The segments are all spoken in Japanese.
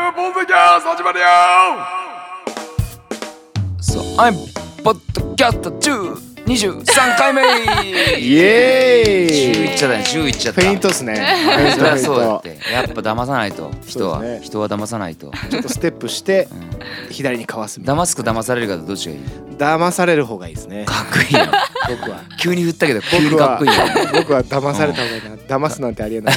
I'm ポッドキャスト始まるよ。 そう、I'm ポッドキャスト23回目イエーイ。 10いっちゃったね、10いっちゃったフェイントっすね。 そりゃそうだって、やっぱ騙さないと、人は、 そうですね人は騙さないと。 ちょっとステップして左にかわすみたいな。 騙すか騙されるかどっちがいい？ 騙される方がいいですね。 かっこいいな。 僕は急に振ったけど、急にかっこいいな。 僕は騙された方がいいな。騙すなんてありえない。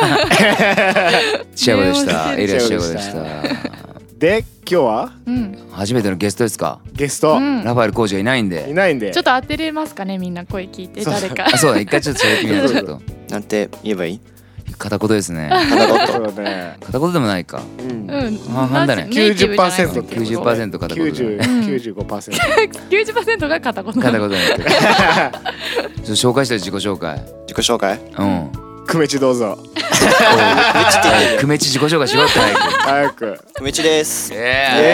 チアゴでした。エリアチアゴでした。 で今日は初めてのゲストですか？ ゲストラファエルコーチがいないんで。 いないんで。 ちょっと当てれますかね、みんな声聞いて誰か。 あ、そうだ、一回ちょっと喋ってみよう。ちょっとなんて言えばいい？ 片言ですね。 そうだね。 片言でもないか。半々だね。 90% ってって 90%片言。 95%。 90%が片言。 片言だよ。ちょっと紹介して自己紹介。 自己紹介？ くめちどうぞ。 くめち自己紹介しろって早く。 くめちです。 イ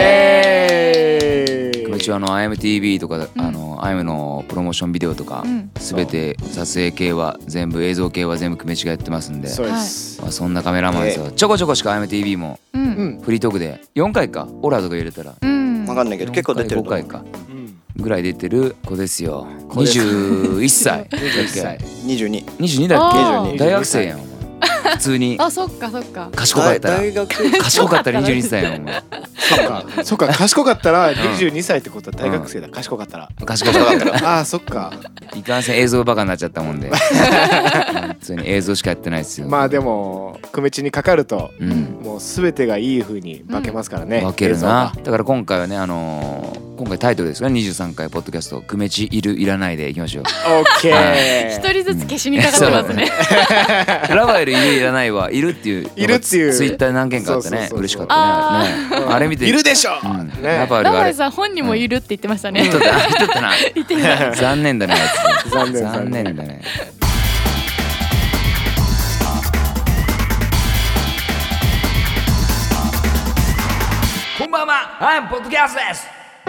エーイ。 くめちはIMTV とかIM のプロモーションビデオとかすべて撮影系は全部映像系は全部くめちがやってますんで、 そうです。 まあそんなカメラマンですよ。ちょこちょこしか IMTV もフリートークで4回かオラとか入れたらわかんないけど結構出てる 5回かぐらい出てる子ですよ。21歳。22だっけ？大学生やん。普通にあ、そっかそっか。 賢かったら賢かったら22歳やん。 そっか賢かったら22歳ってことは大学生だ。賢かったら。 賢かったら。 ああそっか。 いかんせん映像バカになっちゃったもんで。普通に映像しかやってないですよ。 まあでもくめちにかかるともうすべてがいい風に化けますからね。 化けるな。だから今回はね今回タイトルですが23回ポッドキャストくめちいるいらないでいきましょう。 オッケー。 一人ずつ消しにかかってますね。 ラファエルいるいらないはいるっていうツイッター何件かあってね、嬉しかったね。あれ見ているでしょ。 ラファエルラフがあれァエルさん本人もいるって言ってましたね。 言っとったな。残念だね。 残念だね。こんばんは、I'm ポッドキャストです。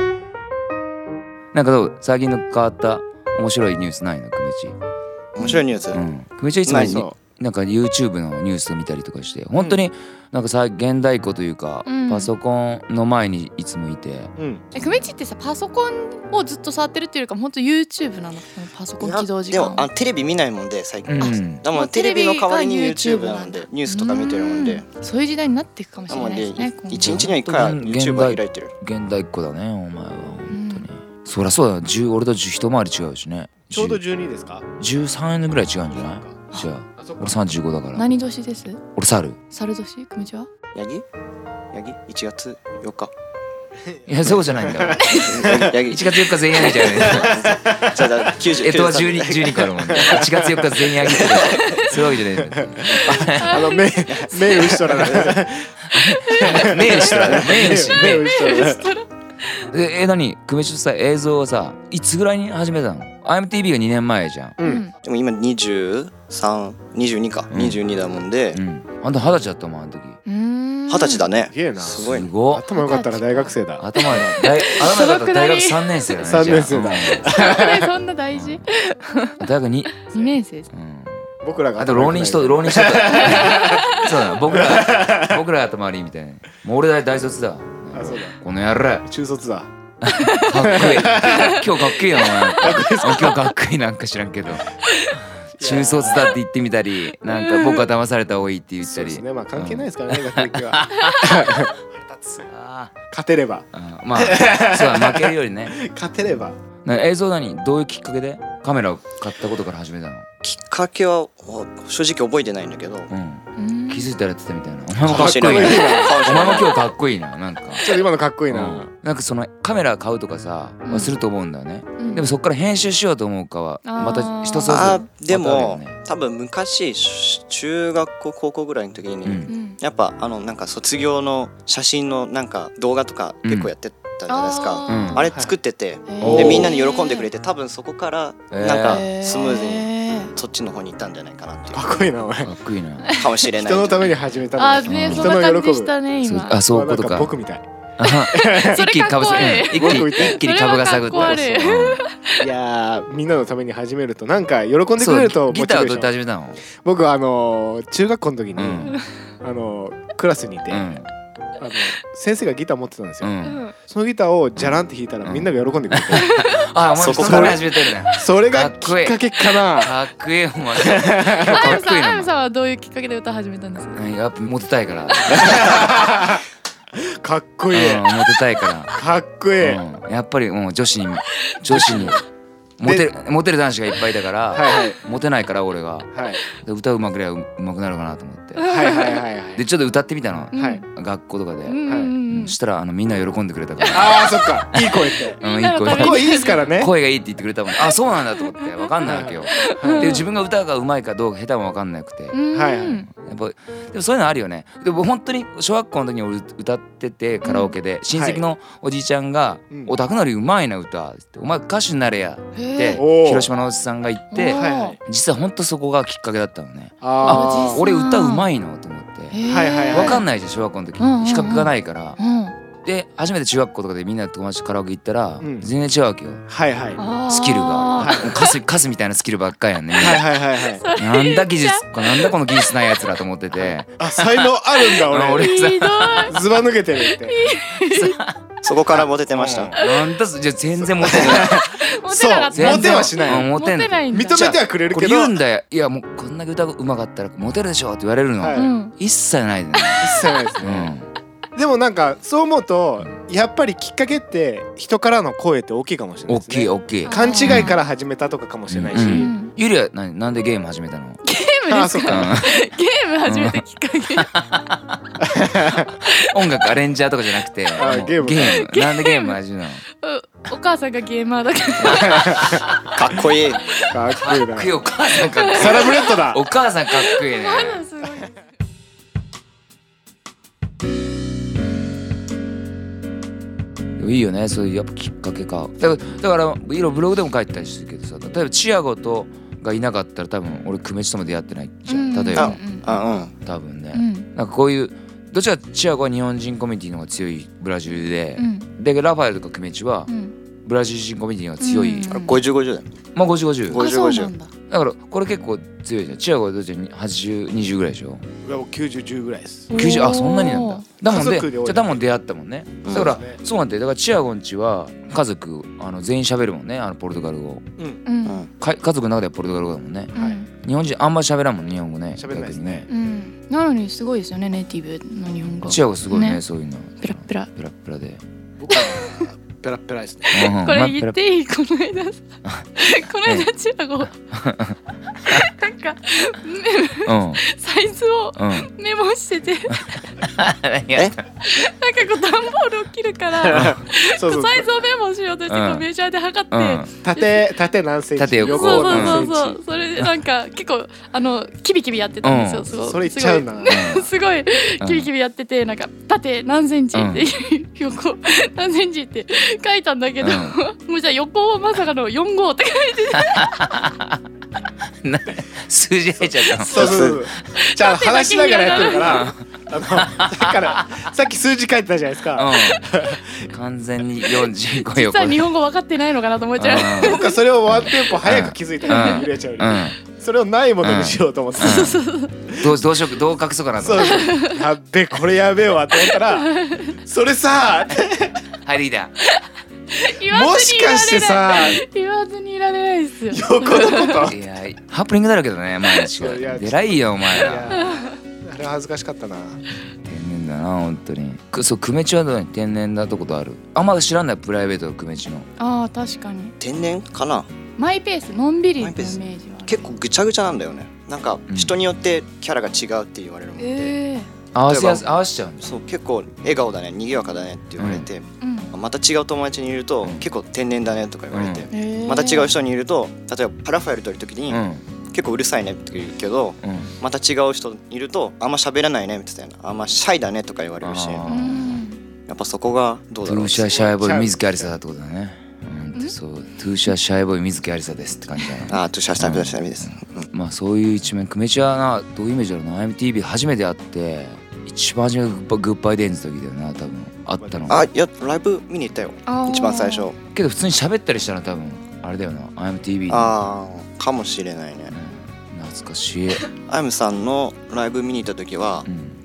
なんかどう最近の変わった面白いニュースないのくめち？ 面白いニュース？ くめちはいつもなんか YouTube のニュースを見たりとかして本当になんかさ現代っ子というかパソコンの前にいつもいて。 くめちってさパソコンをずっと触ってるっていうか本当 YouTube なの？パソコン起動時間。 でもテレビ見ないもんで最近。でもテレビの代わりに YouTube なんでニュースとか見てるもんで。 そういう時代になっていくかもしれないですね。 一日には1回 YouTube は開いてる。 現代っ子だねお前は本当に。そりゃそうだ、俺と一回り違うしね。 ちょうど12ですか ？13年ぐらい違うんじゃない？じゃあ俺35だから。 何年です？ 俺猿年？くめちはヤギ1月4日。 いやそうじゃないんだよ。1月4日全員ヤギじゃない。 じゃあ90 は12個あるもんね。1月4日全員ヤギってそういうわけじゃないんだよ。 目打ちとらない。 目打ちとらない。何くめちとさ映像はさいつぐらいに始めたの？IMTV が2年前じゃん。 でも今23、22か22だもんで。 あんた20歳だったもんあの時。 20歳だね。 すごい。 頭良かったら大学生だ。 頭良かったら大学3年生だね。 3年生だ。 そんな大事？ 大学2 年生。 僕らがあと浪人しとそうだ僕らが頭悪いみたいな。もう俺大卒だ。この野郎中卒だ。 かっこいい。今日かっこいいなお前。今日かっこいいなんか知らんけど中卒だって言ってみたりなんか僕は騙された方がいいって言ったり。 そうですね。まあ関係ないですからね学歴は。勝てれば。 まあそうだ負けるよりね。 勝てれば。 映像どういうきっかけでカメラを買ったことから始めたの？ きっかけは正直覚えてないんだけど。 気づいたらやってたみたいな。お前もかっこいいな。お前も今日かっこいいな。なんかちょっと今のかっこいいな。 なんかそのカメラ買うとかさはすると思うんだよね。でもそっから編集しようと思うかはまた一つずつ。 でも多分昔中学校高校ぐらいの時にやっぱなんか卒業の写真のなんか動画とか結構やってたじゃないですか。あれ作っててでみんなに喜んでくれて多分そこからなんかスムーズにそっちの方に行ったんじゃないかなっていう。 かっこいいなお前。 かっこいいな。 かもしれない。 人のために始めたの。そんな感じでしたね今。 あそういうことか。 僕みたい。 一気に株が下がった。 いやみんなのために始めるとなんか喜んでくれるとギターを歌って始めたの？ 僕は中学校の時にクラスにいて先生がギター持ってたんですよ、 うんそのギターをジャランって弾いたらみんなが喜んでくれて、 あ、お前そこから始めてるね。 それがきっかけかな。 かっこいいお前。 あかっこいいな。 やむさんはどういうきっかけで歌始めたんですか？ やっぱモテたいから。 かっこいい、 モテたいから。 かっこいい、 やっぱりもう女子にモテる男子がいっぱいだから、 はいはい、 モテないから俺が。 はい、 で歌うまくりゃうまくなるかなと思って。 はいはいはいはい。 でちょっと歌ってみたの。 はい。 学校とかで。 はい。 したらみんな喜んでくれたから。 ああそっか。いい声って。 いい声。 声いいですからね。 声がいいって言ってくれたもん。あ、そうなんだと思って分かんないわけよ。で自分が歌がうまいかどうか下手も分かんなくて。 はいはい。 やっぱでもそういうのあるよね。でも本当に小学校の時に俺歌っててカラオケで親戚のおじいちゃんが「おたくのりうまいな歌」って「お前歌手になれや」って広島のおじさんが言って実は本当そこがきっかけだったのね。あ、俺歌うまいのと思って。分かんないじゃん小学校の時に比較がないから。で初めて中学校とかでみんな友達とカラオケ行ったら全然違うわけよ。 はいはい。 スキルがカスみたいなスキルばっかりやんね。 はいはいはいはい。 なんだ技術なんだこの技術ないやつらと思ってて。 あ、才能あるんだ俺。 ひどい。 ズバ抜けてるって。 そこからモテてました。 なんだじゃ全然モテない。 そうモテはしない。 モテない。 認めてはくれるけど。 言うんだよ。いやもうこんだけ歌うまかったらモテるでしょって言われるの。一切ないね。 一切ないですね。でもなんかそう思うとやっぱりきっかけって人からの声って大きいかもしれないですね。 大きい。 勘違いから始めたとかかもしれないし。 ゆりはなんでゲーム始めたの？ ゲームですか？ゲーム始めたきっかけ。音楽アレンジャーとかじゃなくてゲーム。なんでゲーム始めたの？ お母さんがゲーマーだから。 かっこいい。 かっこいいな。 お母さんかっこいい。 サラブレッドだ。 お母さんかっこいいね。いいよね、そういうやっぱきっかけか。だからブログでも書いてたりするけどさ、例えばチアゴとがいなかったら多分俺久米地とも出会ってないじゃん。例えば多分ね、なんかこういうどっちかチアゴは日本人コミュニティの方が強いブラジルで、でラファエルとか久米地はブラジル人コミュニティの方が強い。 50-50だよ。 まあ50-50。 50-50。 だからこれ結構強いじゃん。チアゴはどっち80-20ぐらいでしょ。 いやもう90-10ぐらいです。 90、あ、そんなになんだ。だもんで、じゃあだもん出会ったもんね。だからそうなんだよ。だからチアゴんちは家族全員喋るもんね、ポルトガル語。家族の中ではポルトガル語だもんね。日本人あんまり喋らんもん日本語ね。 喋らないですね。 なのにすごいですよね、ネイティブの日本語。 チアゴすごいね、そういうの。 ペラペラ。 ペラペラで。 僕はペラペラですね。 これ言っていい？この間チアゴなんかサイズをメモしてて、なんかこう段ボールを切るからサイズをメモしようとしてメジャーで測って縦何センチ、 横何センチ。 そうそれでなんか結構キビキビやってたんですよ。 それ言っちゃうな。 すごいキビキビやってて、なんか縦何センチって横何センチって書いたんだけど、もうじゃあ横まさかの45って書いてて数字入っちゃったの。 そうじゃあ話しながらやってるからだからさっき数字書いてたじゃないですか。 完全に45横。 実は日本語分かってないのかなと思っちゃう。 僕はそれをワンテンポ早く気づいたから揺れちゃう。それをないものにしようと思って、 どう隠そうかなと思って、 やっべこれやべえわと思ったらそれさはいリーダーもしかしてさ言わずにいられないですよ。 横のこと。 いやハプニングだらけどね毎日が。偉いよお前ら。 あれは恥ずかしかったな。 天然だな本当に。そう久米地はどう天然だとことある？あんま知らないプライベートの久米地の。 ああ確かに。 天然かな。 マイペースのんびりのイメージは。 結構ぐちゃぐちゃなんだよね。なんか人によってキャラが違うって言われるもんで。 合わせちゃうんだ。 そう結構笑顔だね賑やかだねって言われて、また違う友達にいると結構天然だねとか言われて、また違う人にいると例えばラファエルといる時に結構うるさいねって言うけど、また違う人いるとあんま喋らないねみたいな、あんまシャイだねとか言われるし、やっぱそこがどうだろう。 トゥーシャシャイボーイ水木有沙だってことだね。そうトゥーシャシャイボーイ水木有沙ですって感じだね。 トゥーシャシャイボーイです。 まあそういう一面久米地はなどういうイメージだろうな。IMTV 初めて会って一番初めグッバイデンズの時だよな多分会ったの。 いやライブ見に行ったよ一番最初。 けど普通に喋ったりしたら多分あれだよな IMTV。 かもしれないね。 懐かしい。 アイムさんのライブ見に行った時は、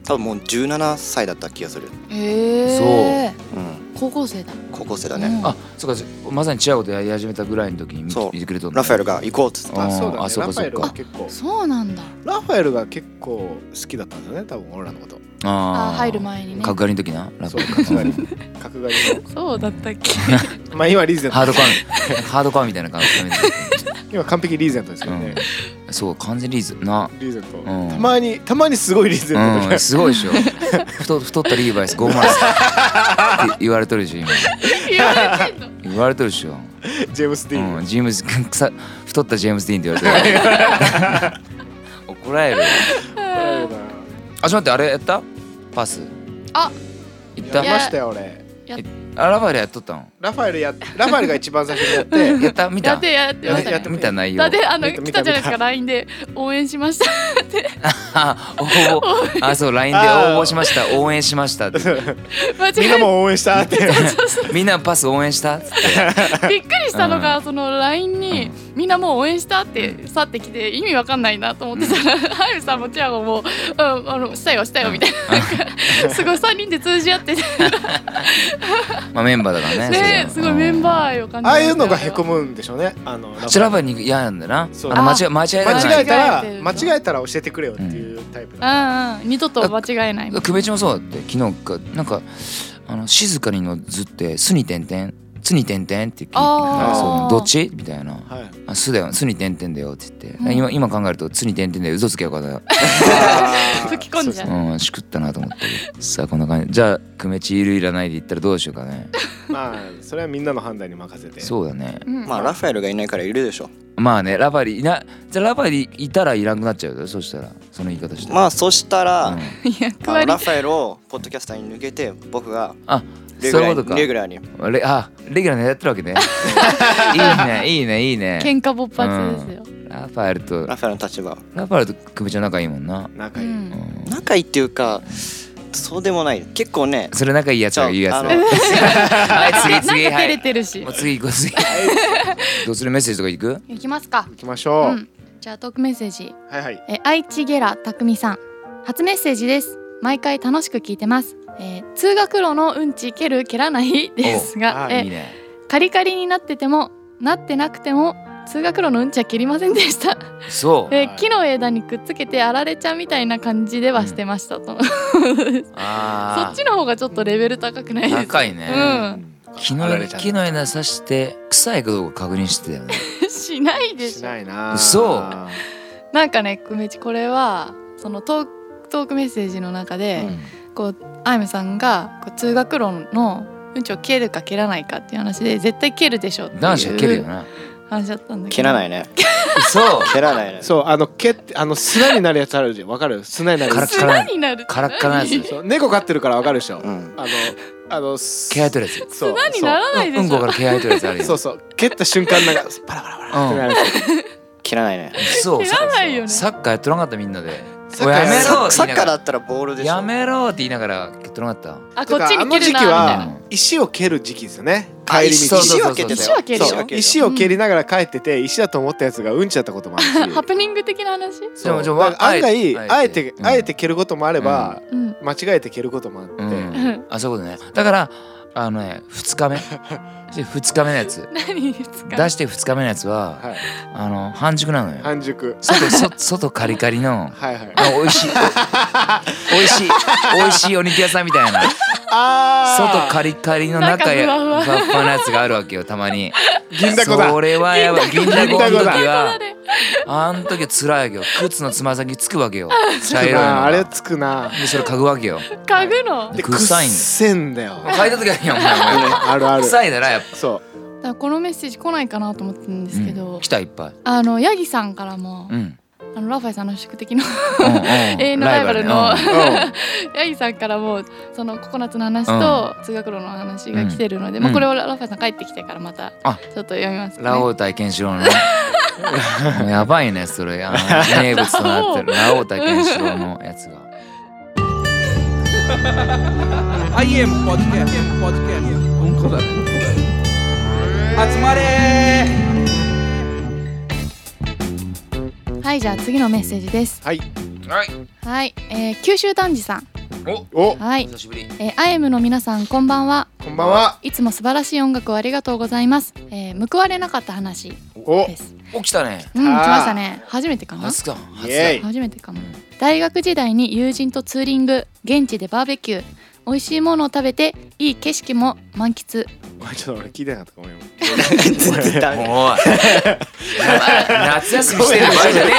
多分もう17歳だった気がする。 そう、高校生だ。 高校生だね。 あ、そうか、まさに違うことやり始めたぐらいの時に見てくれたんだ。 ラファエルが行こうっつって。 あ、そうだね。 あ、そうかそうか。 そうなんだ。 ラファエルが結構好きだったんだね、多分俺らのこと。 あ、入る前にね。 角刈りの時な。 そう、角刈りの。 そうだったっけ。 まあ今リーゼント。 ハードカーみたいな感じ。 今完璧リーゼントですけどね。 そう、完全リーゼントな。 リーゼント。たまにすごいリーゼント。 すごいでしょ。太ったリーバイス5万って言われとるでしょ今。言われとるでしょ。 ジェームス・ディーン。 太ったジェームス・ディーンって言われてる。怒られる。あ、ちょっと待って、あれやった？パス。 あ、 行ったましたよ俺。 ラファエルやっとったの？ ラファエルが一番最初にやってやった見た？ やって見た内容。 だって来たじゃないですか LINE で応援しましたって。 そう LINE で応募しました、応援しましたって。 みんなも応援したって。 みんなパス応援したって。 びっくりしたのがその LINE にみんなもう応援したって去ってきて意味わかんないなと思ってたら、ハイムさんもチアゴもしたよみたいな。すごい3人で通じ合ってて。 まあメンバーだからね。すごいメンバー愛を感じる。 ああいうのがへこむんでしょうね。 ラファエルに嫌なんだな。間違えたら教えてくれよっていうタイプ。 二度と間違えない。 久米ちもそうだって。昨日かなんか静かにのずってスに点々つに点々って聞いて、どっちみたいな。あ、すだよ、つに点々だよって言って、今考えるとつに点々で嘘つけよかったよ。 吹き込んじゃう。 しくったなと思って。さあこんな感じ。じゃあ久米ちいるいらないで言ったらどうしようかね。 まあそれはみんなの判断に任せて。 そうだね。 まあラファエルがいないからいるでしょ。 まあね、ラファエルじゃあラファエルいたらいらなくなっちゃうよ。そしたらその言い方して。 まあそしたらラファエルをポッドキャスターに抜けて僕がレギュラーに。 レギュラーにやってるわけね。いいね。 喧嘩勃発ですよ。 ラファエルの立場。 ラファエルと久米ちゃん仲いいもんな。 仲いいっていうか、そうでもない。結構ね。 それ仲いいやつが言うやつ。次。 なんか照れてるし。 次行こう次。どうする？メッセージとか行く？ 行きますか。 行きましょう。 じゃあトークメッセージ。 はい。 愛知ゲラたくみさん。初メッセージです。毎回楽しく聞いてます。通学路のうんち蹴る蹴らないですが、カリカリになっててもなってなくても通学路のうんちは蹴りませんでした。 そう。 木の枝にくっつけてあられちゃんみたいな感じではしてましたと。そっちの方がちょっとレベル高くないですか？ 高いね。木の枝刺して臭いかどうか確認してたよね。 しないでしょ。 しないな。 嘘。 なんかね、久米ちこれはそのトークメッセージの中で、こうあいむさんが通学路のうんちを蹴るか蹴らないかっていう話で、絶対蹴るでしょっていう男子は蹴るよな話だったんだけど、 蹴らないね。 そう蹴らないね。 そう砂になるやつあるじゃん。わかる？砂になる。 砂になる。 カラッカラなやつ。 猫飼ってるからわかるでしょ。 毛生えてるやつ。 砂にならないでしょ。 うんこから毛生えてるやつあるよ。 そう蹴った瞬間なんかパラパラパラってなるやつ。蹴らないね。 そう。 蹴らないよね。 サッカーやっとなかったみんなで。 サッカーだったらボールでしょ。 やめろって言いながらやっとなかった。 あ、こっちに蹴るなみたいな。 あの時期は石を蹴る時期ですよね。帰り道。石を蹴りながら帰ってて、石だと思ったやつがうんちだったこともあるし。 ハプニング的な話？ 案外あえて蹴ることもあれば、間違えて蹴ることもあって。 あ、そういうことね。だから2日目のやつ。 何2日？ 出して2日目のやつは半熟なのよ。 半熟。 外カリカリの美味しいお肉屋さんみたいな。外カリカリの中ふわふわなやつがあるわけよ、たまに。 銀だこだ。 それはやばい。銀だこの時はあん時は辛いわけよ。靴のつま先つくわけよ。茶色いの。 あれつくな。 でそれ嗅ぐわけよ。 嗅ぐの？ で臭いんだよ。 せんだよ。 嗅いだ時はいいよ。 ある。 臭いだろやっぱ。 そう。 だからこのメッセージ来ないかなと思ってるんですけど。 来たいっぱい。 ヤギさんからも。ラファエさんの宿敵の永遠のライバルのヤギさんからもそのココナッツの話と通学路の話が来てるので、これをラファエさん帰ってきてからまたちょっと読みますね。 ラオウ対ケンシロウのね。やばいねそれ。名物となってるラオウ対ケンシロウのやつが。 集まれ。はい、じゃあ次のメッセージです。 はい、 九州男児さん。 はい。アイムの皆さんこんばんは。 こんばんは。 いつも素晴らしい音楽をありがとうございます。報われなかった話です。 来たね。 来ましたね。初めてかな。 初めてかも。大学時代に友人とツーリング、現地でバーベキュー、美味しいものを食べていい景色も満喫。 ちょっと俺聞いてなかったかもよ。 おい夏休みしてる場合じゃね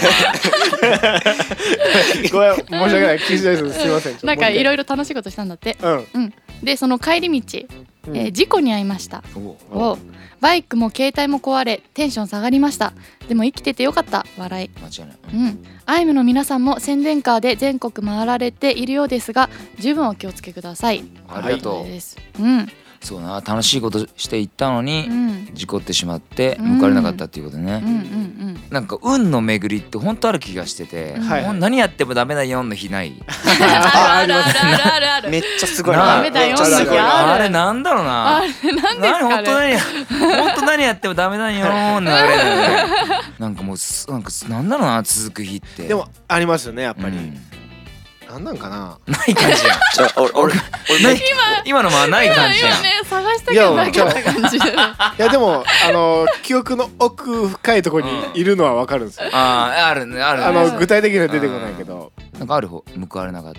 えぞ。ごめん、申し訳ない、聞いてないです。すいません。 なんかいろいろ楽しいことしたんだって。でその帰り道、事故に遭いました。バイクも携帯も壊れテンション下がりました。でも生きててよかった。笑い。 間違いない。 アイムの皆さんも宣伝カーで全国回られているようですが、十分お気をつけください。 ありがとう。そうな、楽しいことしていったのに、事故ってしまって報われなかったっていうことね。なんか運の巡りって本当ある気がしてて、何やってもダメだよの日ない？ あるあるあるある。 めっちゃすごい。 ダメだよの日あれなんだろうな。 あれなんですかね。 本当何やってもダメだよのあれだよね。なんかもうなんだろうな、続く日って。 でもありますよね、やっぱり。なんかな。 ない感じやん。俺今のままない感じやん。 今ね探したけどなかった感じだね。 いやでも記憶の奥深いところにいるのはわかるんですよ。 あるね、あるね。 具体的には出てこないけど。 なんかある方報われなかった。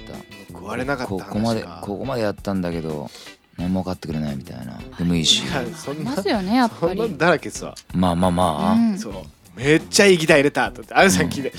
報われなかった話か。 ここまでやったんだけど何も分かってくれないみたいな。でもいいし。 ますよね、やっぱり。 そんなんだらけですわ。 まあ。 そう。めっちゃいいギター入れたとってあるさん聞いて。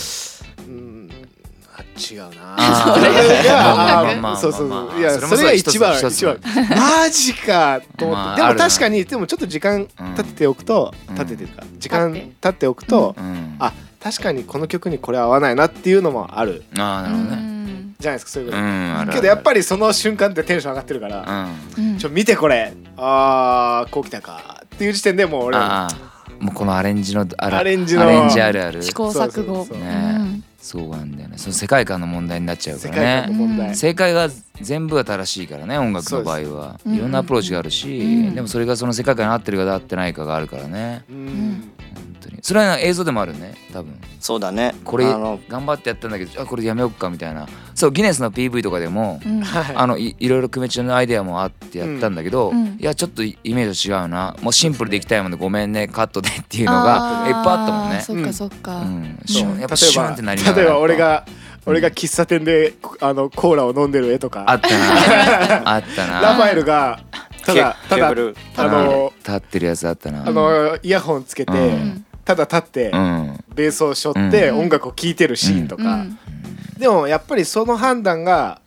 違うな。そうそう。いやそれが一番。マジかと思って。でも確かにでもちょっと時間経っておくと時間経っておくとあ、確かにこの曲にこれ合わないなっていうのもある。 なるほどね。 じゃないですか、そういうこと。けどやっぱりその瞬間ってテンション上がってるから見てこれ、こうきたかっていう時点でもう俺もうこのアレンジあるある試行錯誤ね。そうなんだよね。その世界観の問題になっちゃうからね。正解が全部が正しいからね、音楽の場合はいろんなアプローチがあるし、でもそれがその世界観に合ってるか合ってないかがあるからね。それは映像でもあるね、多分。 そうだね。 これ頑張ってやったんだけど、これやめよっかみたいな。そう、ギネスの PV とかでもいろいろ久米ちゃんのアイデアもあってやったんだけど、いやちょっとイメージ違うな、もうシンプルでいきたいもんでごめんねカットでっていうのがいっぱいあったもんね。 そっかそっか。 やっぱシュンってなりながら。 例えば俺が喫茶店でコーラを飲んでる絵とかあったな。あったな。 ラファエルがただ立ってるやつあったな。 イヤホンつけてただ立ってベースを背負って音楽を聴いてるシーンとか。でもやっぱりその判断が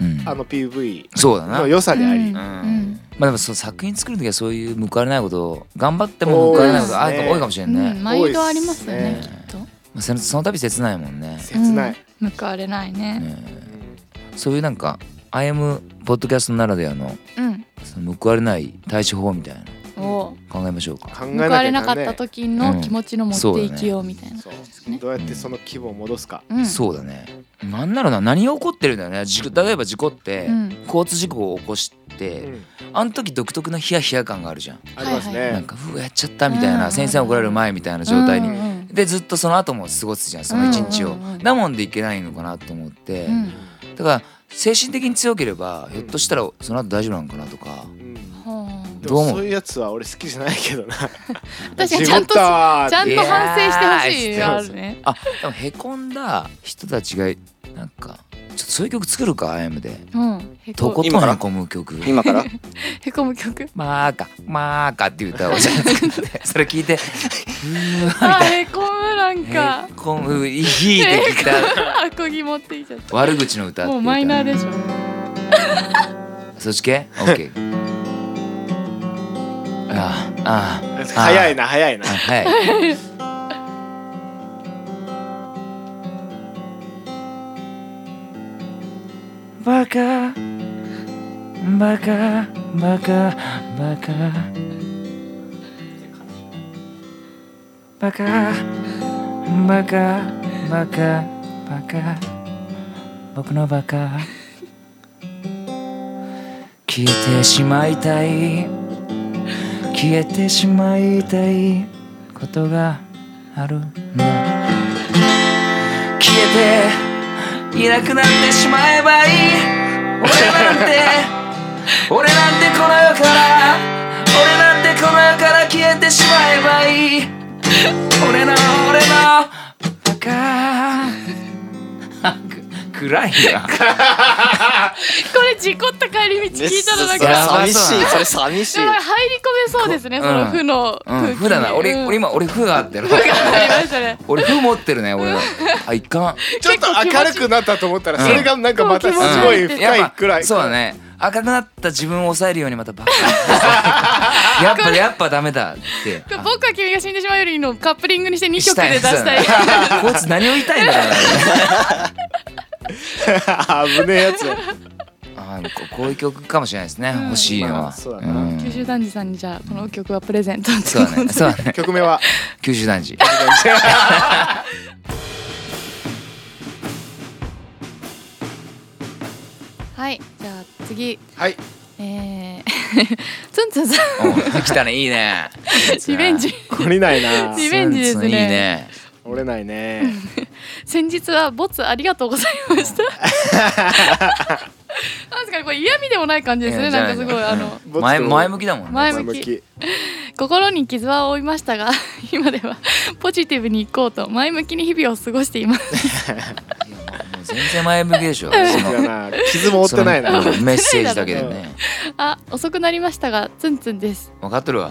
PV の良さであり。 まあでもその作品作るときはそういう報われないことを頑張っても報われないことが多いかもしれないね。 毎度ありますよね、きっと。 その度切ないもんね。 切ない。 報われないね。 そういうなんかアイムポッドキャストならではの報われない対処法みたいな考えましょうか。 報われなかった時の気持ちの持っていきようみたいな。 どうやってその気分を戻すか。 そうだね。なんだろうな、何が起こってるんだよね。例えば事故って交通事故を起こしてあの時独特なヒヤヒヤ感があるじゃん。 ありますね。 なんかやっちゃったみたいな、先生怒られる前みたいな状態にでずっとその後も過ごすじゃん、その一日を。だもんでいけないのかなと思って、だから精神的に強ければひょっとしたらその後大丈夫なのかなとか。 でもそういうやつは俺好きじゃないけどな。 確かにちゃんと反省してほしいあるね。 でもへこんだ人たちがなんかちょっとそういう曲作るか、アイムで。とことんへこむ曲。 今からへこむ曲。 マーカっていう歌をじゃ作ってそれ聞いてへこむなんか。 へこむいいできた。 アコギ持ってきちゃった。 悪口の歌。 もうマイナーでしょ。 そっち系？オッケー。 早いな。早い。 バカバカバカバカバカバカバカバカ僕のバカ消えてしまいたい消えてしまいたいことがあるんだ。消えていなくなってしまえばいい俺なんてこの世から消えてしまえばいい。俺のバカ暗いなこれ事故った帰り道聞いたらなんか寂しい。それ寂しい。 入り込めそうですね、その負の空気。 負だな。俺今負があってる。俺負持ってるね俺。あ、いかん。 ちょっと明るくなったと思ったらそれがなんかまたすごい深いくらい。 そうだね。明るくなった自分を抑えるようにまたバカやっぱダメだって。 僕は君が死んでしまうよりのカップリングにして2曲で出したい。 こいつ何を言いたいんだろう危ねえやつ。 こういう曲かもしれないですね、欲しいのは。 九州男児さんにじゃあこの曲はプレゼント。 そうだね。 曲名は九州男児。 はい、じゃあ次。 はい。 ツンツンさん。来たね、いいね。 リベンジ。 懲りないな。 リベンジですね。 いいね。 折れないね。 先日はボツありがとうございました。なんですかね、これ嫌味でもない感じですね。なんかすごい前向きだもんね。 前向き。心に傷は負いましたが、今ではポジティブに行こうと前向きに日々を過ごしています。 全然前向きでしょ。 傷も負ってないな。 メッセージだけでね。 あ、遅くなりましたがツンツンです。 分かってるわ。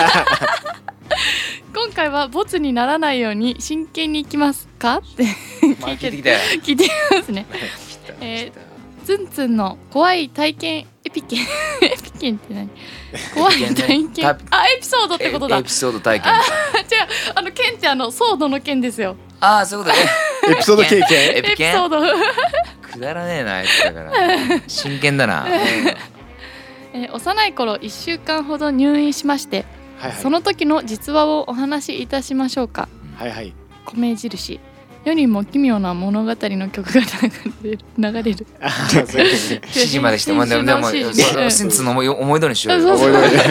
今回はボツにならないように真剣にいきますかって聞いてみますね。ツンツンの怖い体験エピケンエピケンって何？怖い体験エピソードってことだ。 エピソード体験。 違う、ケンってソードの件ですよ。 ああ、そういうことね。 エピソード経験。 エピケン。 ソード。 くだらねえなあいつだから。真剣だな。 幼い頃1週間ほど入院しまして、その時の実話をお話しいたしましょうか。 はいはい。 米印。世にも奇妙な物語の曲が流れる。 指示までして、でもシンツの思い通りにしようよ。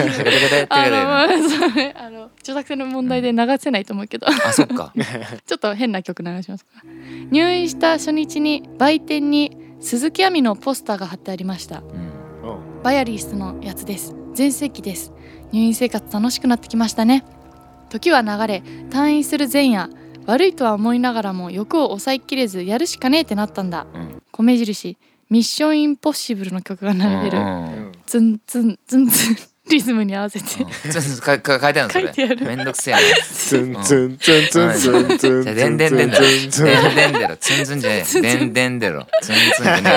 著作権の問題で流せないと思うけど。 あ、そっか。 ちょっと変な曲流しますか。入院した初日に売店に鈴木亜美のポスターが貼ってありました。バイアリスのやつです。全盛期です。入院生活楽しくなってきましたね。時は流れ、退院する前夜、悪いとは思いながらも欲を抑えきれずやるしかねえってなったんだ。米印、ミッションインポッシブルの曲が流れる。ツンツンツンツンリズムに合わせて。書いてあるのそれ。めんどくせえな。 ツンツンツンツンツンツン。 でんでんでんだろ。でんでんだろ。ツンツンじゃねえ。でんでんだろ。ツンツンじゃね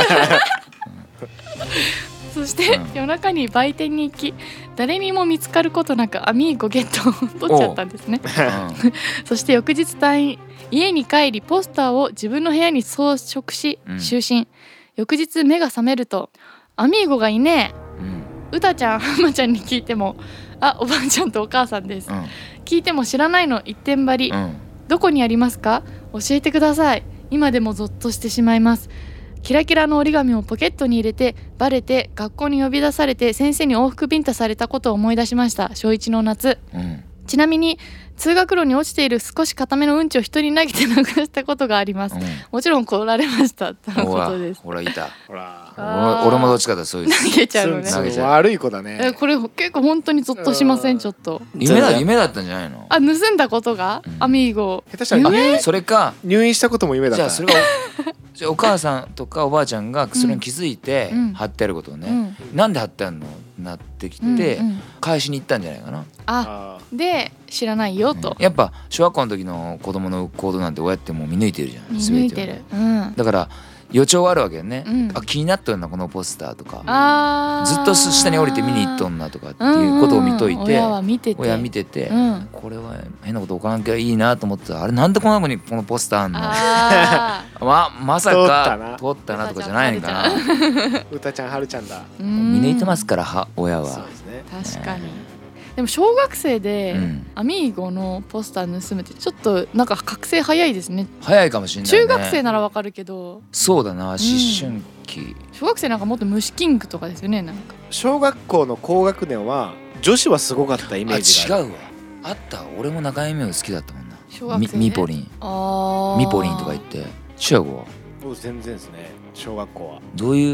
え。そして夜中に売店に行き、誰にも見つかることなくアミーゴゲットを取っちゃったんですね。そして翌日退院、家に帰りポスターを自分の部屋に装飾し就寝。翌日目が覚めるとアミーゴがいねえ。うたちゃん、はまちゃんに聞いても、あ、おばあちゃんとお母さんです。聞いても知らないの一点張り。どこにありますか？教えてください。今でもゾッとしてしまいます。キラキラの折り紙をポケットに入れてバレて学校に呼び出されて先生に往復ビンタされたことを思い出しました。小1の夏。ちなみに通学路に落ちている少し固めのうんちを人に投げて流したことがあります。もちろん怒られましたとのことです。 ほらいた。俺もどっちかだそういう。 投げちゃうのね。 悪い子だね。 これ結構本当にゾッとしません？ちょっと夢だったんじゃないの？ あ、盗んだことがアミーゴ。 下手したらそれか入院したことも夢だった。 じゃあそれがお母さんとかおばあちゃんがそれに気づいて貼ってあることをね、なんで貼ってあるのなってきて返しに行ったんじゃないかな。 あ、で知らないよと。 やっぱ小学校の時の子供の行動なんて親ってもう見抜いてるじゃん。 見抜いてる。 だから予兆はあるわけよね。あ、気になっとるなこのポスターとか、ずっと下に降りて見に行っとんなとかっていうことを見といて、親見てて、これは変なこと起こらなきゃいいなと思ってた。あれなんでこんな子にこのポスターあんの？まさか通ったなとかじゃないのかな。 うたちゃんはるちゃんだ。 見抜いてますから親は。 そうですね。 確かに。でも小学生でアミーゴのポスター盗むってちょっとなんか覚醒早いですね。 早いかもしれないね。 中学生ならわかるけど。 そうだな、思春期。 小学生なんかもっと虫キングとかですよね。なんか小学校の高学年は女子はすごかったイメージがある。 違うわ。あった。俺も中井美穂好きだったもんな。 小学生ね。 ミポリンとか言って。中学は全然ですね。小学校はどういう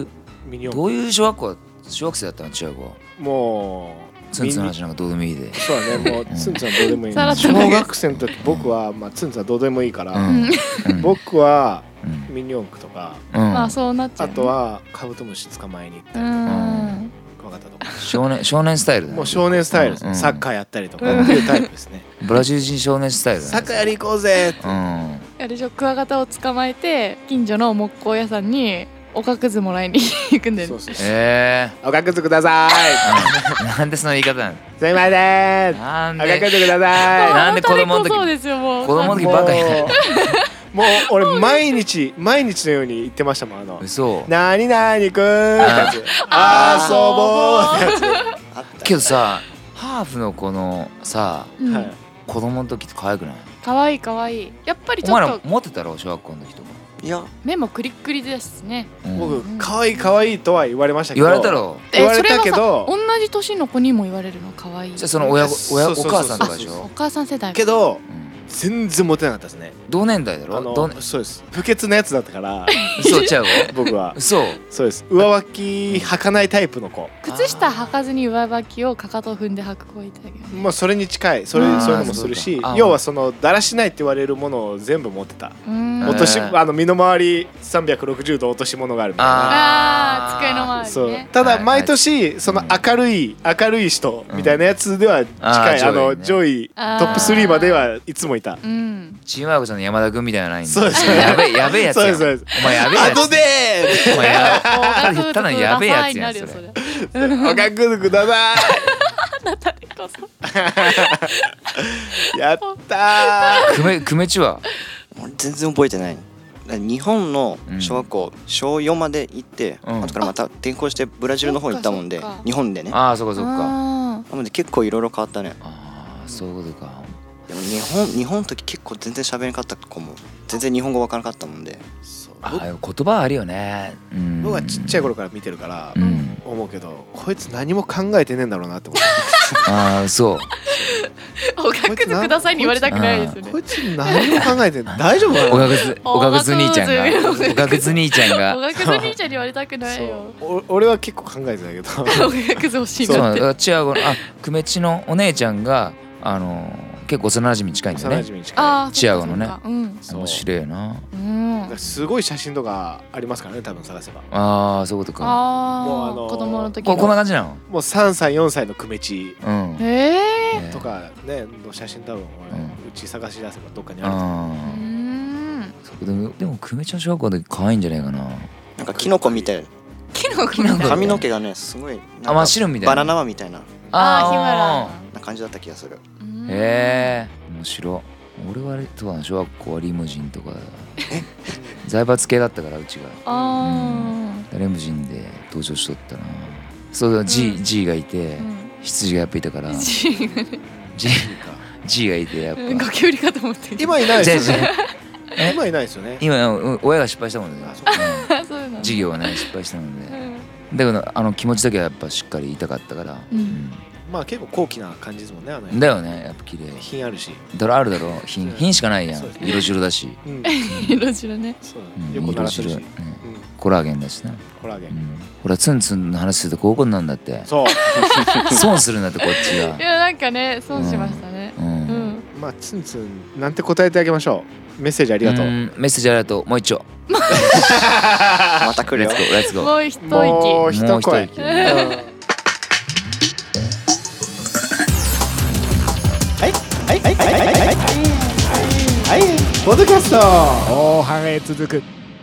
どういう小学生だったの？中学はもうツンツンの話なんかどうでもいいで。 そうだね、もうツンツンはどうでもいい。小学生の時僕はツンツンはどうでもいいから、僕はミニ四駆とか、 まあそうなっちゃう。 あとはカブトムシ捕まえに行ったりとか、クワガタとか。 少年スタイルだね。 もう少年スタイルですね。サッカーやったりとかっていうタイプですね。 ブラジル人少年スタイルだね。 サッカーやり行こうぜって。 あれでしょ、クワガタを捕まえて近所の木工屋さんにおかくずもらいに行くんだよね。 おかくずください。 なんでその言い方なの？ すいません。 なんでおかくずください。 なんで子供の時バカや。 もう俺毎日のように言ってましたもん。 嘘。 なになにくーってやつ。遊ぼうってやつ。けどさ、ハーフの子のさ、子供の時って可愛くない？ 可愛い可愛い。やっぱりちょっと。 お前ら持ってたろ、小学校の時とか。 いや、 目もクリックリですね。 僕可愛い可愛いとは言われましたけど。 言われたろ。 言われたけど。 同じ年の子にも言われるの可愛い。 じゃあそのお母さんとかでしょ。 お母さん世代。 けど全然モテなかったですね。 同年代だろ。 そうです。不潔なやつだったから。 そうちゃう僕は。 そうです。上履き履かないタイプの子。 靴下履かずに上履きをかかと踏んで履く子いたけど。 まあそれに近い。そういうのもするし、要はそのだらしないって言われるものを全部持ってた。身の回り360度落とし物があるみたいな。 机の周り。 そう。ただ毎年その明るい人みたいなやつでは近い。上位トップ3まではいつもいた。 チームワークさんの山田君みたいなライン。 そうです。 やべえやつや。 そうです。 お前やべえやつ。 後でお前言ったのやべえやつやんそれ。 おかくずください。やったー。久米地は全然覚えてない。日本の小学校小4まで行って後からまた転校してブラジルの方行ったもんで、日本でね。 ああそうかそうか。 なので結構いろいろ変わったね。 ああそういうことか。 でも日本の時結構全然喋れなかった子も全然日本語わからなかったもんで。 言葉あるよね。 僕はちっちゃい頃から見てるから思うけど、こいつ何も考えてねえんだろうなって思って。 ああそう。 おかくずくださいに言われたくないですよね。 こいつ何も考えて大丈夫かな。 おかくず兄ちゃんが。おかくず兄ちゃんが。 おかくず兄ちゃんに言われたくないよ。 俺は結構考えてたけど。 おかくず欲しいなって。 違う久米地のお姉ちゃんが結構幼馴染近いんだよね。チアゴのね。面白いな。 すごい写真とかありますからね、多分探せば。 ああそういうことか。 もう子供の時こんな感じなの？ もう3歳4歳の久米地とかねの写真多分うち探し出せばどっかにあると思う。 でも久米地の小学校の時可愛いんじゃないかな。 なんかキノコみたい。髪の毛がねすごい真っ白みたいな。 バナナマみたいな。 ヒマラな感じだった気がする。 面白。俺はそうだな、小学校はリムジンとか財閥系だったからうちが。リムジンで登場しとったな。そうだ、G がいて羊がやっぱいたから。G がいてやっぱ。 ゴキブリかと思って。 今いないですよね。今いないですよね。 今親が失敗したもんね。 授業はね失敗したので。だけど気持ちだけはやっぱしっかり痛かったから。 まあ結構高貴な感じですもんね。 だよね、やっぱ綺麗。 品あるし。 あるだろう。品しかないやん。色白だし。 色白ね。 色白。コラーゲンだしな。 コラーゲン。 ほらツンツンの話するとこういうことなんだって。 そう。 損するんだってこっちが。 いやなんかね損しましたね。 まあツンツンなんて答えてあげましょう。メッセージありがとう。 メッセージありがとう。もう一丁。 また来るよ。 レッツゴー。 もう一息。 もう一声。はい、ポッドキャスト後半へ続く。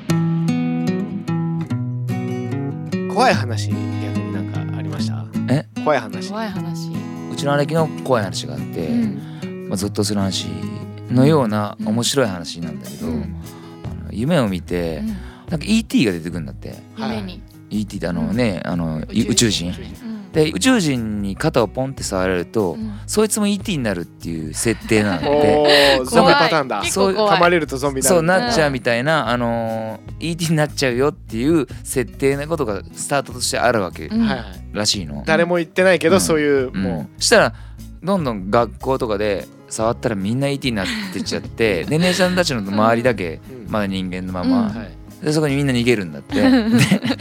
怖い話、逆になんかありました？怖い話。 うちの姉貴の怖い話があって、ゾッとする話のような面白い話なんだけど、夢を見てなんか E.T. が出てくるんだって。 夢に E.T. って宇宙人で、宇宙人に肩をポンって触られるとそいつも E.T. になるっていう設定なんで。 ゾンビパターンだ。噛まれるとゾンビになる。 そうなっちゃうみたいなE.T. になっちゃうよっていう設定なことがスタートとしてあるわけらしいの。 誰も言ってないけどそういうもうしたらどんどん学校とかで触ったらみんな E.T. になってっちゃってで姉ちゃんたちの周りだけまだ人間のままでそこにみんな逃げるんだって。で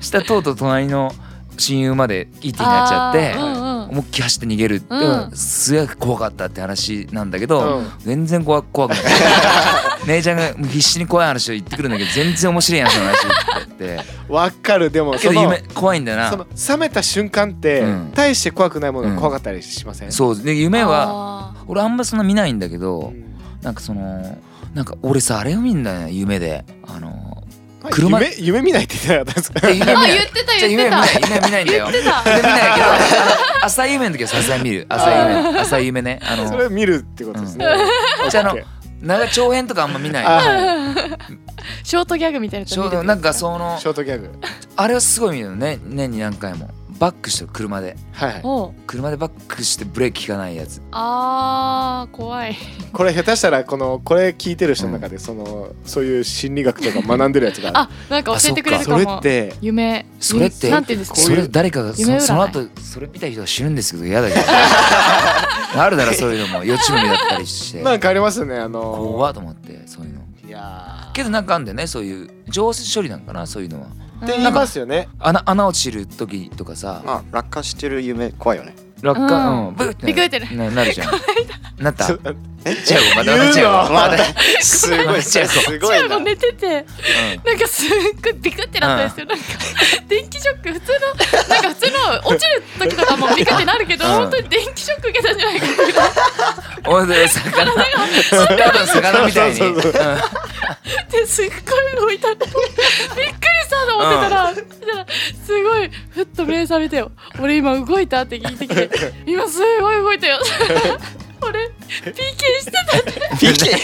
したらとうとう隣の親友まで ET になっちゃって、思いっきり走って逃げる、すごい怖かったって話なんだけど、全然怖くない姉ちゃんが必死に怖い話を言ってくるんだけど、全然面白いやんその話ってわかる。でもけど夢怖いんだよな。 その冷めた瞬間って大して怖くないものが怖かったりしません？ そうで、夢は俺あんまそんな見ないんだけど、なんかそのなんか俺さあれを見んだよね、夢で車夢見ないって言ってなかったですか？ 言ってた夢見ないんだよ。夢見ないけど浅い夢の時はさすがに見る。浅い夢ね。 それを見るってことですね。 じゃ長編とかあんま見ない。 ショートギャグみたいな。 なんかそのショートギャグ。 あれはすごい見るのね。年に何回もバックしてる車で。車でバックしてブレーキ効かないやつ。 怖い。 これ下手したらこれ聞いてる人の中でそういう心理学とか学んでるやつがなんか教えてくれるかも。 それってそれってなんていうんですか。 それ誰かがその後それ見た人が死ぬんですけど嫌だけど。あるだろそういうのも予知夢だったりして。 なんかありますよね。 怖っと思ってそういうの。けどなんかあんだよね、そういう情緒処理なんかな、そういうのは。 って言いますよね。 穴落ちる時とかさ、 落下してる夢怖いよね。 落下ビクってなるじゃん。なった？違う、 まだすごいチアゴ寝てて、なんかすっごいビクってなったんですよ。なんか電気ショック、普通の落ちる時とかもビクってなるけど、本当に電気ショック受けたんじゃないかっていう。 おいで魚みたいに。 ですっごい動いた。びっくりしたと思ってたら、すごいふっと目覚めてよ。俺今動いたって聞いてきて、今すごい動いたよ。俺 PK してたって。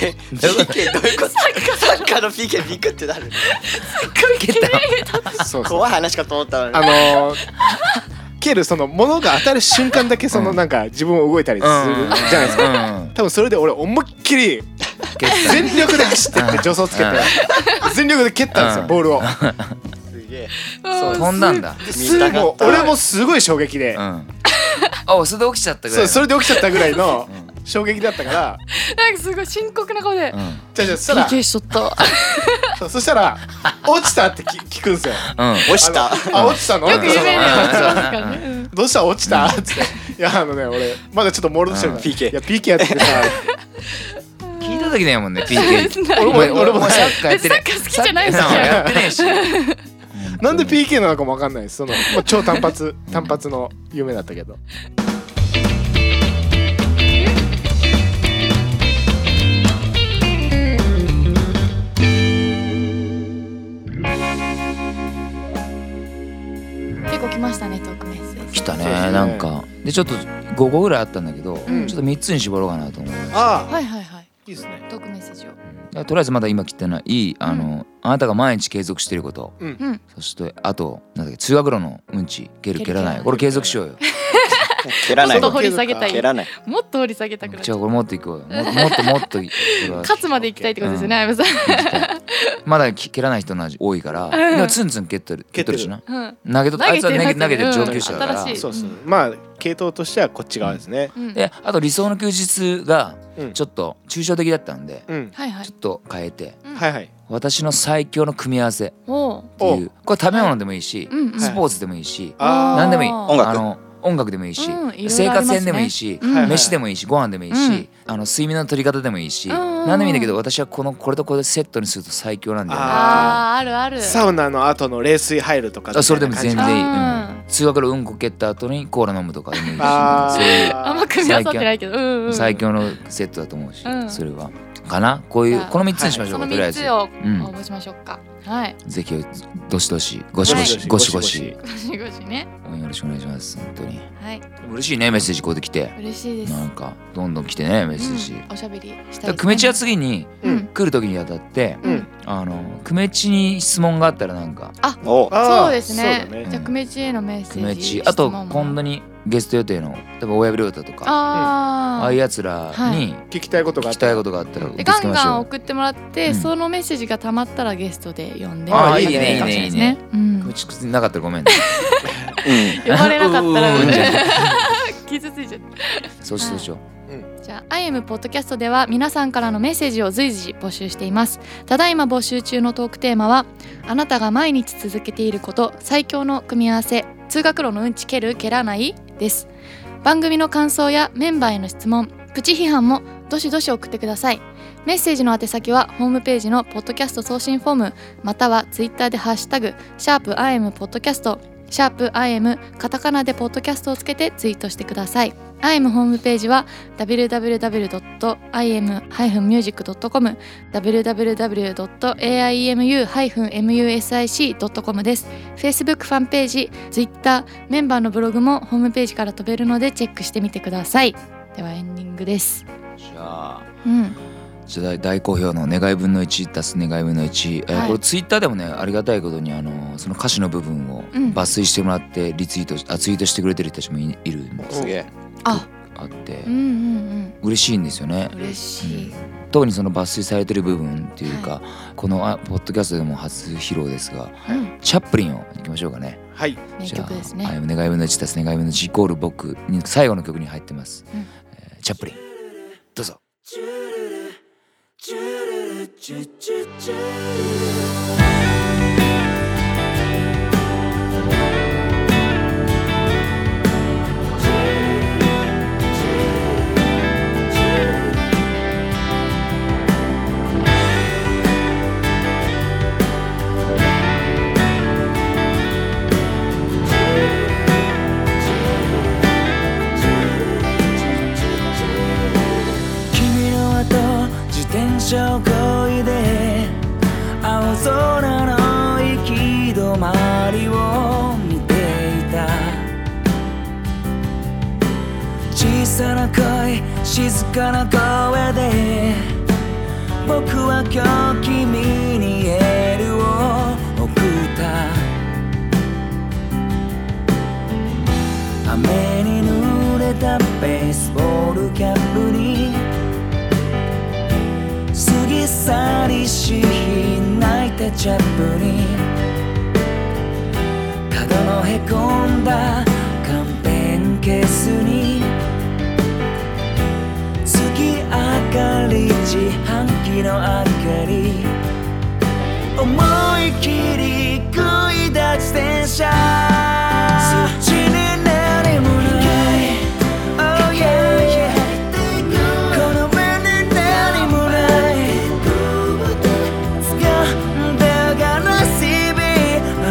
PK どういうこと？サッカーの PK ビクってなる。 すっごい綺麗だった。 怖い話かと思ったのに。 蹴るその物が当たる瞬間だけなんか自分を動いたりするじゃないですか。多分それで俺思いっきり全力で走ってって助走つけて全力で蹴ったんですよ、ボールを。 すげえ。 飛んだんだ。 俺もすごい衝撃で、 それで起きちゃったぐらい。 それで起きちゃったぐらいの衝撃だったから、 なんかすごい深刻な顔でじゃあそしたら PK しとった。 そしたら落ちたって聞くんですよ。 落ちた？ 落ちたの？ よく有名だよ。 どうした落ちたって。いや俺まだちょっとモールドしてるから。 PK。 いや PK やっててさ。 聞いた時だよもんね PK。 俺もサッカー好きじゃないですよ。 やってねえし。 なんで PK なのかもわかんないです。超単発の夢だったけど。 結構来ましたね、トークメッセージ。 来たね。なんかでちょっと5個ぐらいあったんだけど、ちょっと3つに絞ろうかなと思いました。 はい。 いいですね。 トークメッセージを。 とりあえずまだ今来てないあなたが毎日継続していること、そしてあとなんだっけ、通学路のうんち蹴る蹴らない、これ継続しようよ。 蹴らない。 もっと掘り下げたい。 蹴らない。 もっと掘り下げたくなっちゃう。 これもっといこうよ。もっと勝つまで行きたいってことですよね、あやめさん。 まだ蹴らない人の味多いから、でもツンツン蹴ってるしな。投げとあいつは投げて上級者だから。 そうそう。まあ系統としてはこっち側ですね。 であと理想の休日がちょっと抽象的だったんで、ちょっと変えて、私の最強の組み合わせっていう、これ食べ物でもいいし、スポーツでもいいし、何でもいい。音楽でもいいし、生活線でもいいし、飯でもいいし、ご飯でもいいし、睡眠の取り方でもいいし、何でもいいんだけど、私はこれとこれセットにすると最強なんだよね。 ある。 サウナの後の冷水入るとか。 それでも全然いい。通学路うんこ蹴った後にコーラ飲むとかでもいいし、 あんま組み合わさってないけど、 最強のセットだと思うし、それはかな。この3つにしましょうか。とりあえずこの3つを応募しましょうか。はい。 ぜひどしどしゴシゴシね。 よろしくお願いします。本当に。 はい。 嬉しいね、メッセージこうやって来て。 嬉しいです。 なんかどんどん来てね、メッセージ。 おしゃべりしたい。 久米地は次に来る時にあたって久米地に質問があったらなんか。 そうですね。じゃあ久米地へのメッセージ。 あと今度にゲスト予定の例えば親亮太とかああいうやつらに聞きたいことがあったらガンガン送ってもらって、そのメッセージがたまったらゲストで呼んで。 いいね。口なかったらごめんね。 呼ばれなかったら傷ついちゃう。 そうしよう。 じゃあ I am ポッドキャストでは皆さんからのメッセージを随時募集しています。ただいま募集中のトークテーマは、あなたが毎日続けていること最強の組み合わせ、通学路のうんち蹴る蹴らないです。番組の感想やメンバーへの質問、プチ批判もどしどし送ってください。メッセージの宛先はホームページのポッドキャスト送信フォーム、またはツイッターでハッシュタグ#IM ポッドキャスト#IM カタカナでポッドキャストをつけてツイートしてください。IM ホームページは www.im-music.com www.aimu-music.com です。 Facebook ファンページ、Twitter、メンバーのブログもホームページから飛べるのでチェックしてみてください。ではエンディングです。 じゃあ、じゃあ大好評の願い分の1足す願い分の1、これツイッターでもねありがたいことにその歌詞の部分を抜粋してもらってリツイート、ツイートしてくれてる人たちもいるんです。 すげえあって、嬉しいんですよね。 嬉しい、 特にその抜粋されてる部分っていうか、このポッドキャストでも初披露ですが、チャップリンをいきましょうかね。 はい、 名曲ですね。 願い分の1足す願い分の1イコール僕に最後の曲に入ってます。チャップリンどうぞ。 車をこいで青空の行き止まりを見ていた。小さな声、静かな声で僕は今日君にエールを送った。雨に濡れたベースボールキャップに過ぎ去りし日泣いたチャップに角のへこんだカンペンケースに月明かり、自販機の明かり、思い切りこいだ自転車、そっちに何もない、oh yeah yeah、この目に何もない掴んだがナシビ、I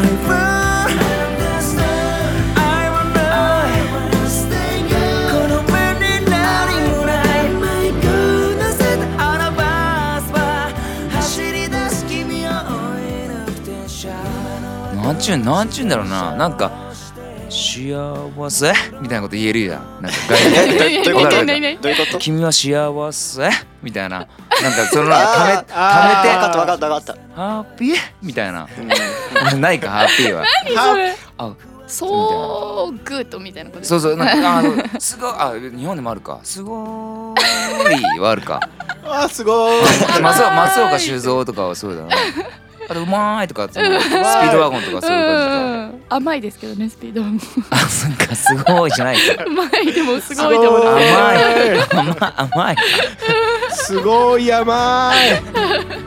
wanna know、 この目に何もない、乗せたアナバスは走り出す君を追い抜く電車、 なんちゅうんだろうな、なんか幸せみたいなこと言えるやん。なんかどういうこと君は幸せみたいな、なんかそのためて分かったハッピーみたいなないかハッピーは何それ、 あそうグッドみたいなこと。 そうなんかすごい、日本でもあるか、すごいはあるかすごい松岡修造とかはそうだな。あとうまいとかスピードワゴンとかそういう感じか。 甘いですけどね、スピードワゴン。 あ、そっか、すごいじゃないか。 甘いでもすごいでも甘いすごい甘い